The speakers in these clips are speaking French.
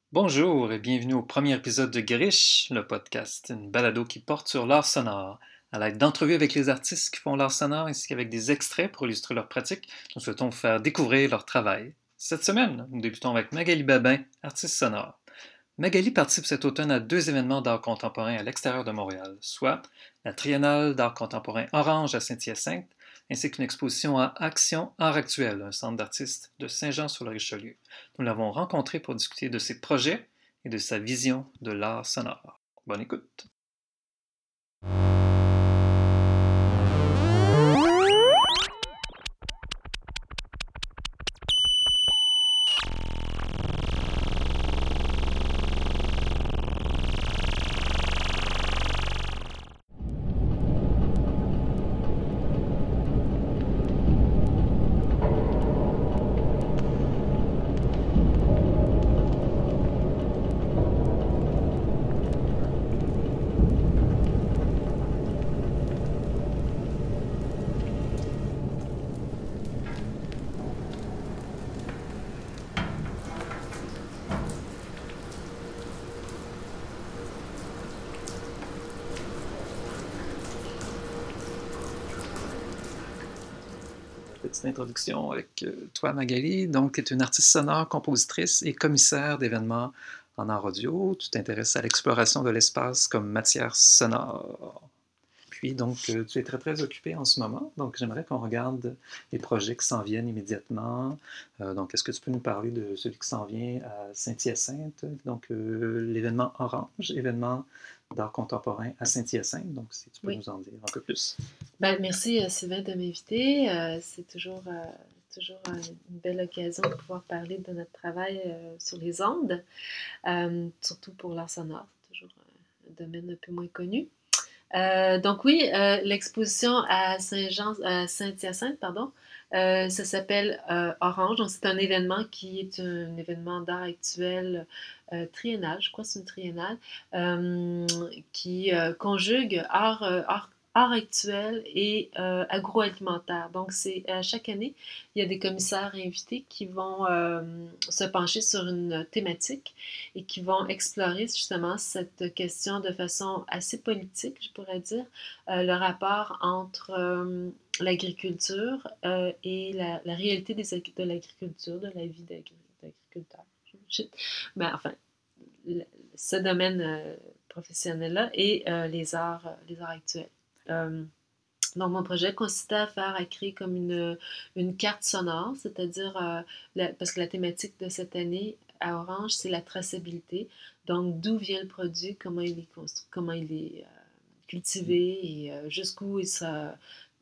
Bonjour et bienvenue au premier épisode de Grish, le podcast, une balado qui porte sur l'art sonore. À l'aide d'entrevues avec les artistes qui font l'art sonore ainsi qu'avec des extraits pour illustrer leur pratique, nous souhaitons vous faire découvrir leur travail. Cette semaine, nous débutons avec Magali Babin, artiste sonore. Magali participe cet automne à 2 événements d'art contemporain à l'extérieur de Montréal, soit la Triennale d'art contemporain Orange à Saint-Hyacinthe, ainsi qu'une exposition à Action Art Actuel, un centre d'artistes de Saint-Jean-sur-le-Richelieu. Nous l'avons rencontré pour discuter de ses projets et de sa vision de l'art sonore. Bonne écoute! Petite introduction avec toi, Magali. Donc, tu es une artiste sonore, compositrice et commissaire d'événements en art audio. Tu t'intéresses à l'exploration de l'espace comme matière sonore. Puis, donc, tu es très, très occupée en ce moment. Donc, j'aimerais qu'on regarde les projets qui s'en viennent immédiatement. Donc, est-ce que tu peux nous parler de celui qui s'en vient à Saint-Hyacinthe? Donc, l'événement Orange, événement d'art contemporain à Saint-Hyacinthe. Donc, si tu peux Oui. nous en dire un peu plus. Merci Sylvain de m'inviter. C'est toujours une belle occasion de pouvoir parler de notre travail sur les ondes, surtout pour l'art sonore, toujours un domaine un peu moins connu. Donc oui, l'exposition à Saint-Hyacinthe, pardon, ça s'appelle Orange. Donc c'est un événement qui est un événement d'art actuel triennal, je crois que c'est une triennale, qui conjugue art actuel et agroalimentaire. Donc c'est chaque année, il y a des commissaires invités qui vont se pencher sur une thématique et qui vont explorer justement cette question de façon assez politique, je pourrais dire, le rapport entre l'agriculture et la réalité de l'agriculture, de la vie d'agriculteur. Ben, enfin, ce domaine professionnel-là et les arts actuels. Donc, mon projet consistait à créer comme une carte sonore, c'est-à-dire, parce que la thématique de cette année à Orange, c'est la traçabilité. Donc, d'où vient le produit, comment il est construit, comment il est cultivé et jusqu'où il sera.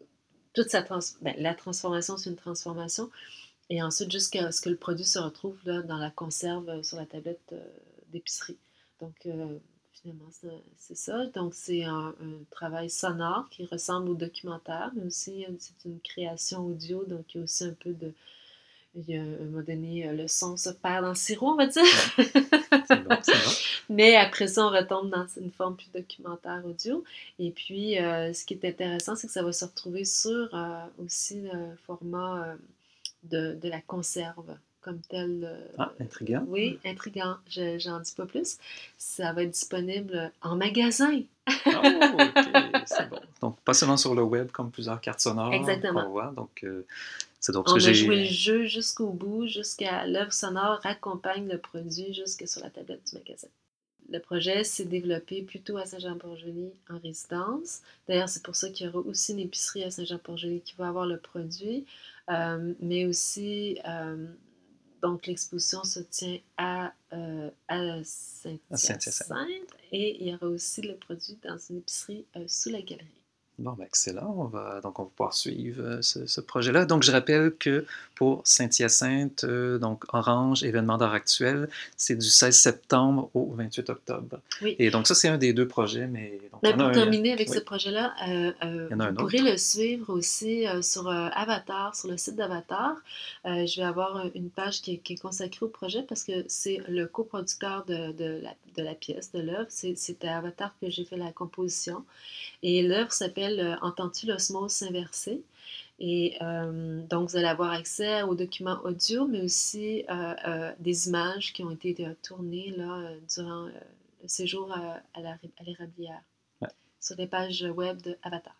La transformation, c'est une transformation. Et ensuite, jusqu'à ce que le produit se retrouve là, dans la conserve sur la tablette d'épicerie. Donc, finalement, c'est ça. Donc, c'est un travail sonore qui ressemble au documentaire, mais aussi, c'est une création audio. Donc, il y a aussi un peu de. Il y a, à un moment donné, le son se perd dans le sirop, on va dire. C'est bon, c'est bon. Mais après ça, on retombe dans une forme plus documentaire audio. Et puis, ce qui est intéressant, c'est que ça va se retrouver sur aussi le format de la conserve comme tel. Ah, intriguant. Oui, intriguant. J'en dis pas plus. Ça va être disponible en magasin. Oh, ok, c'est bon. Donc, pas seulement sur le web comme plusieurs cartes sonores Exactement. qu'on voit. Donc, c'est donc ce que On a joué le j'ai. jeu jusqu'au bout, jusqu'à l'œuvre sonore accompagne le produit jusque sur la tablette du magasin. Le projet s'est développé plutôt à Saint-Jean-Port-Joli en résidence. D'ailleurs, c'est pour ça qu'il y aura aussi une épicerie à Saint-Jean-Port-Joli qui va avoir le produit. Mais aussi, donc l'exposition se tient à Saint-Hyacinthe. Saint-Hyacinthe et il y aura aussi le produit dans une épicerie sous la galerie. Bon, ben excellent. Donc, on va pouvoir suivre ce projet-là. Donc, je rappelle que pour Saint-Hyacinthe, donc Orange, événement d'art actuel, c'est du 16 septembre au 28 octobre. Oui. Et donc, ça, c'est un des deux projets, mais donc, il y en a Pour un. terminer avec Oui, ce projet-là, il y en a vous un pourrez autre. le suivre aussi sur Avatar, sur le site d'Avatar. Je vais avoir une page qui est consacrée au projet parce que c'est le coproducteur de la pièce, de l'œuvre. C'est à Avatar que j'ai fait la composition. Et l'œuvre s'appelle Entends-tu l'osmose s'inverser? Et donc, vous allez avoir accès aux documents audio, mais aussi des images qui ont été tournées là, durant le séjour à l'érablière Ouais. sur les pages web de Avatar.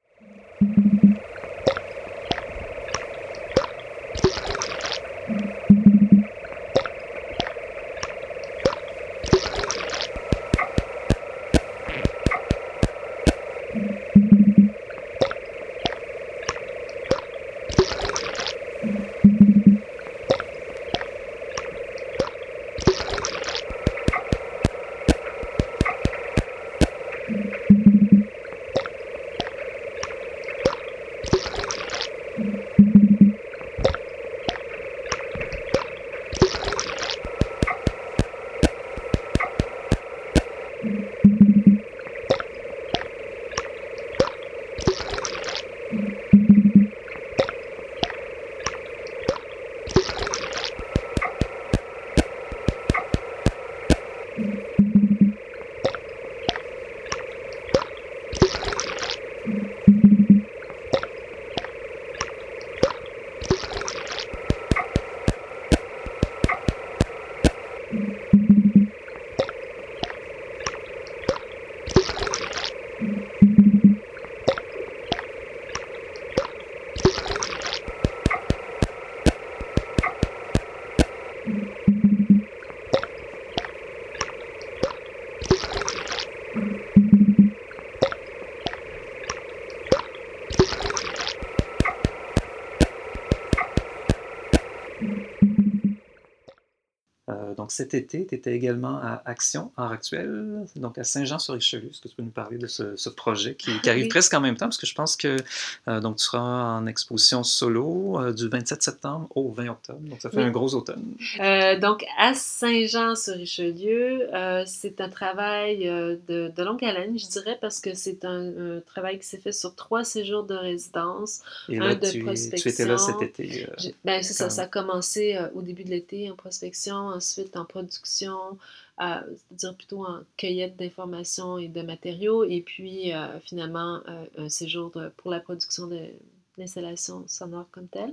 Donc cet été, tu étais également à Action, Art Actuel, donc à Saint-Jean-sur-Richelieu. Est-ce que tu peux nous parler de ce projet qui arrive Oui. presque en même temps? Parce que je pense que donc tu seras en exposition solo du 27 septembre au 20 octobre. Donc ça fait Oui. un gros automne. Donc, à Saint-Jean-sur-Richelieu, c'est un travail de longue haleine, je dirais, parce que c'est un travail qui s'est fait sur 3 séjours de résidence, Et un là, de tu étais là cet prospection. été. Ben, c'est ça, Quand ça a commencé au début de l'été en prospection, ensuite en production, c'est-à-dire plutôt en cueillette d'informations et de matériaux, et puis finalement un séjour pour la production de l'installation sonore comme telle.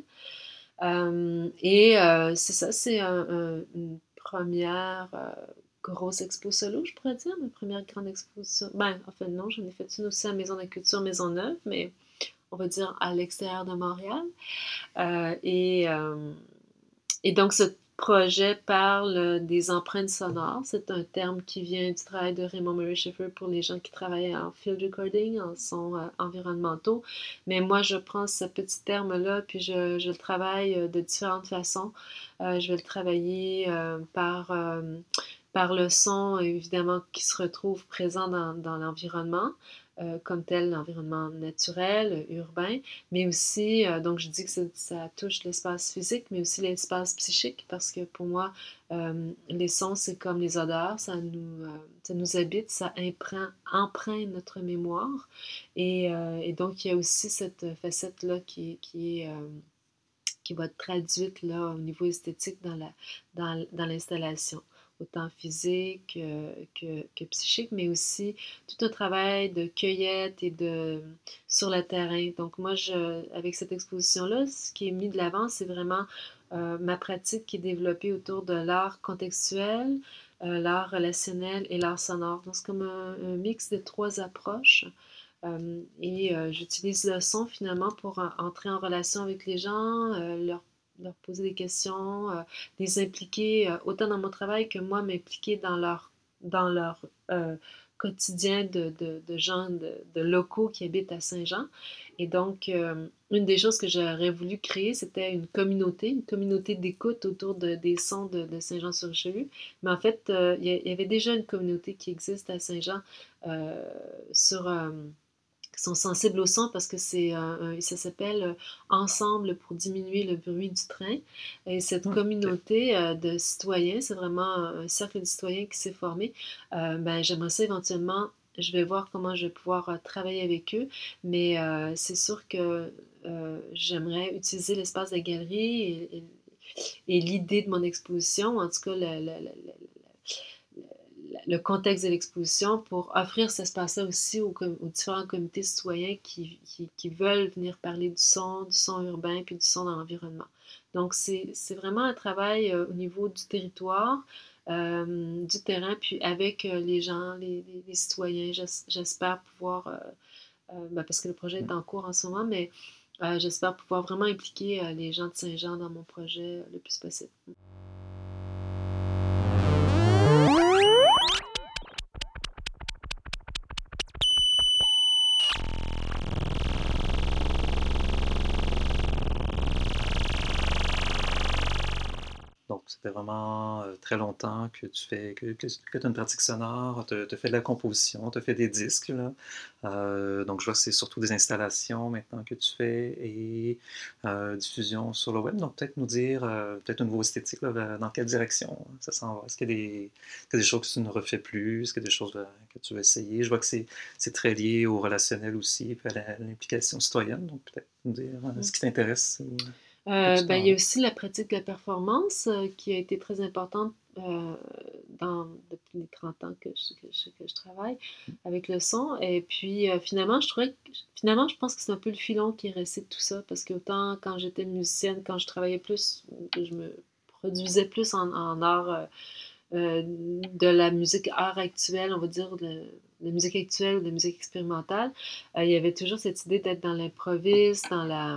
C'est ça, c'est une première grosse expo solo, je pourrais dire, ma première grande exposition. Ben, en fait, non, j'en ai fait une aussi à Maison de la Culture Maisonneuve, mais on va dire à l'extérieur de Montréal. Euh, et, euh, et donc, ce projet parle des empreintes sonores. C'est un terme qui vient du travail de Raymond Murray Schafer pour les gens qui travaillent en field recording, en sons environnementaux. Mais moi, je prends ce petit terme-là, puis je le travaille de différentes façons. Je vais le travailler par le son, évidemment, qui se retrouve présent dans l'environnement, comme tel, l'environnement naturel, urbain, mais aussi, donc je dis que ça touche l'espace physique, mais aussi l'espace psychique, parce que pour moi, les sons, c'est comme les odeurs, ça nous habite, ça empreinte notre mémoire, et donc il y a aussi cette facette-là qui va être traduite là, au niveau esthétique dans l'installation, autant physique que psychique, mais aussi tout un travail de cueillette et sur le terrain. Donc moi, avec cette exposition-là, ce qui est mis de l'avant, c'est vraiment ma pratique qui est développée autour de l'art contextuel, l'art relationnel et l'art sonore. Donc c'est comme un mix de 3 approches. J'utilise le son finalement pour entrer en relation avec les gens, leur poser des questions, les impliquer autant dans mon travail que moi m'impliquer dans leur quotidien de gens, de locaux qui habitent à Saint-Jean. Et donc, une des choses que j'aurais voulu créer, c'était une communauté d'écoute autour des sons de Saint-Jean-sur-Richelieu. Mais en fait, il y avait déjà une communauté qui existe à Saint-Jean euh, sur qui sont sensibles au son parce que ça s'appelle Ensemble pour diminuer le bruit du train. Et cette communauté de citoyens, c'est vraiment un cercle de citoyens qui s'est formé. Ben, j'aimerais ça éventuellement, je vais voir comment je vais pouvoir travailler avec eux, mais c'est sûr que j'aimerais utiliser l'espace de galerie et l'idée de mon exposition, en tout cas le contexte de l'exposition pour offrir cet espace-là aussi aux différents comités citoyens qui veulent venir parler du son urbain puis du son dans l'environnement. Donc, c'est vraiment un travail au niveau du territoire, du terrain, puis avec les gens, les citoyens. J'espère pouvoir, parce que le projet est en cours en ce moment, mais j'espère pouvoir vraiment impliquer les gens de Saint-Jean dans mon projet le plus possible. Donc, c'était vraiment très longtemps que tu fais, que tu as une pratique sonore, tu as fait de la composition, tu as fait des disques, là. Donc, je vois que c'est surtout des installations maintenant que tu fais et diffusion sur le web. Donc, peut-être nous dire, peut-être au niveau esthétique, là, dans quelle direction ça s'en va. Est-ce qu'il y a des choses que tu ne refais plus? Est-ce qu'il y a des choses que tu veux essayer? Je vois que c'est très lié au relationnel aussi, puis à l'implication citoyenne. Donc, peut-être nous dire ce qui t'intéresse. Il y a aussi la pratique de la performance qui a été très importante depuis les 30 ans que je travaille avec le son. Et puis finalement, je pense que c'est un peu le filon qui est resté de tout ça parce que autant quand j'étais musicienne, quand je travaillais plus, que je me produisais plus en art de la musique art actuelle, on va dire, de la musique actuelle ou de la musique expérimentale, il y avait toujours cette idée d'être dans l'improviste,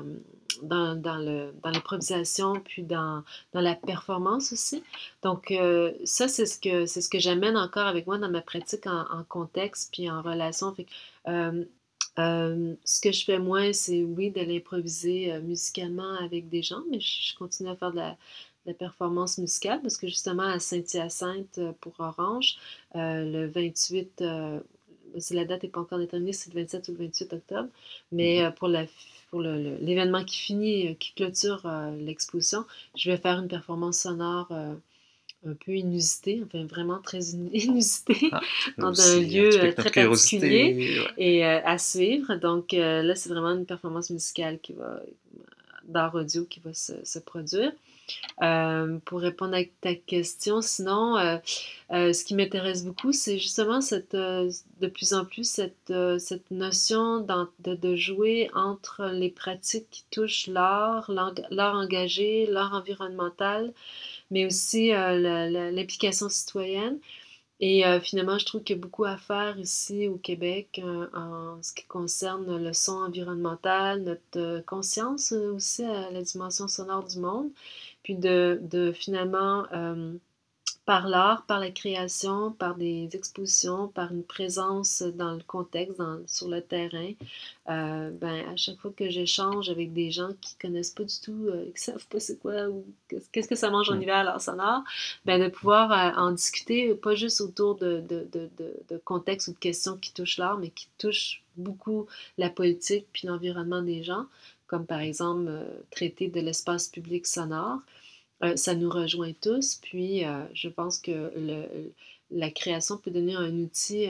dans l'improvisation, puis dans la performance aussi. Donc, ça, c'est ce que j'amène encore avec moi dans ma pratique en contexte, puis en relation. Fait que, ce que je fais moins, c'est oui, de l'improviser musicalement avec des gens, mais je continue à faire de la performance musicale parce que justement à Saint-Hyacinthe pour Orange, le 28, la date n'est pas encore déterminée, c'est le 27 ou le 28 octobre, mais pour l'événement qui finit, qui clôture l'exposition, je vais faire une performance sonore un peu inusité, enfin vraiment très inusité, dans un lieu très particulier et à suivre. Donc là, c'est vraiment une performance musicale d'art audio qui va se produire. Pour répondre à ta question, sinon, ce qui m'intéresse beaucoup, c'est justement de plus en plus cette notion de jouer entre les pratiques qui touchent l'art engagé, l'art environnemental, mais aussi l'implication citoyenne. Et finalement, je trouve qu'il y a beaucoup à faire ici au Québec en ce qui concerne le son environnemental, notre conscience aussi à la dimension sonore du monde, puis de finalement, par l'art, par la création, par des expositions, par une présence dans le contexte, sur le terrain, à chaque fois que j'échange avec des gens qui connaissent pas du tout, qui savent pas c'est quoi ou qu'est-ce que ça mange en hiver à l'art sonore, de pouvoir en discuter, pas juste autour de contextes ou de questions qui touchent l'art, mais qui touchent beaucoup la politique puis l'environnement des gens, comme par exemple traiter de l'espace public sonore. Ça nous rejoint tous, puis je pense que la création peut devenir un outil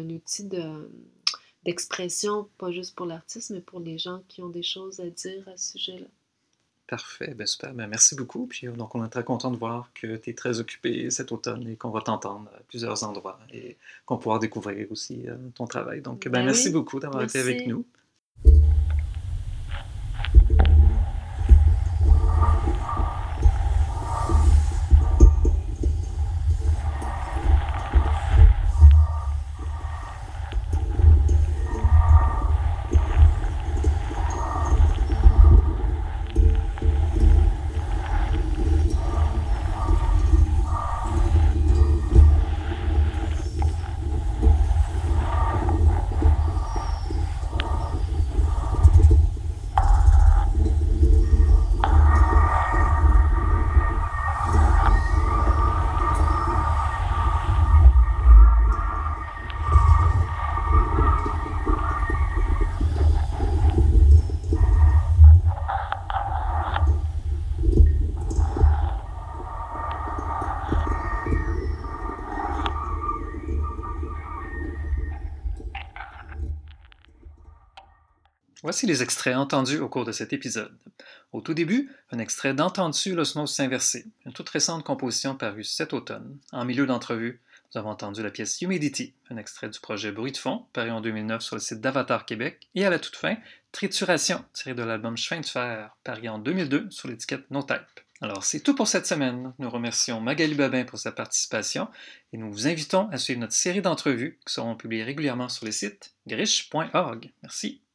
d'expression, pas juste pour l'artiste, mais pour les gens qui ont des choses à dire à ce sujet-là. Parfait, super. Merci beaucoup. Puis donc, on est très content de voir que tu es très occupé cet automne et qu'on va t'entendre à plusieurs endroits et qu'on pourra découvrir aussi ton travail. Donc, merci beaucoup d'avoir été avec nous. Voici les extraits entendus au cours de cet épisode. Au tout début, un extrait d'Entends-tu l'osmose s'inverser, une toute récente composition parue cet automne. En milieu d'entrevue, nous avons entendu la pièce Humidity, un extrait du projet Bruit de fond, paru en 2009 sur le site d'Avatar Québec. Et à la toute fin, Trituration, tiré de l'album Chemin de fer, paru en 2002 sur l'étiquette No Type. Alors, c'est tout pour cette semaine. Nous remercions Magali Babin pour sa participation et nous vous invitons à suivre notre série d'entrevues qui seront publiées régulièrement sur le site griche.org. Merci.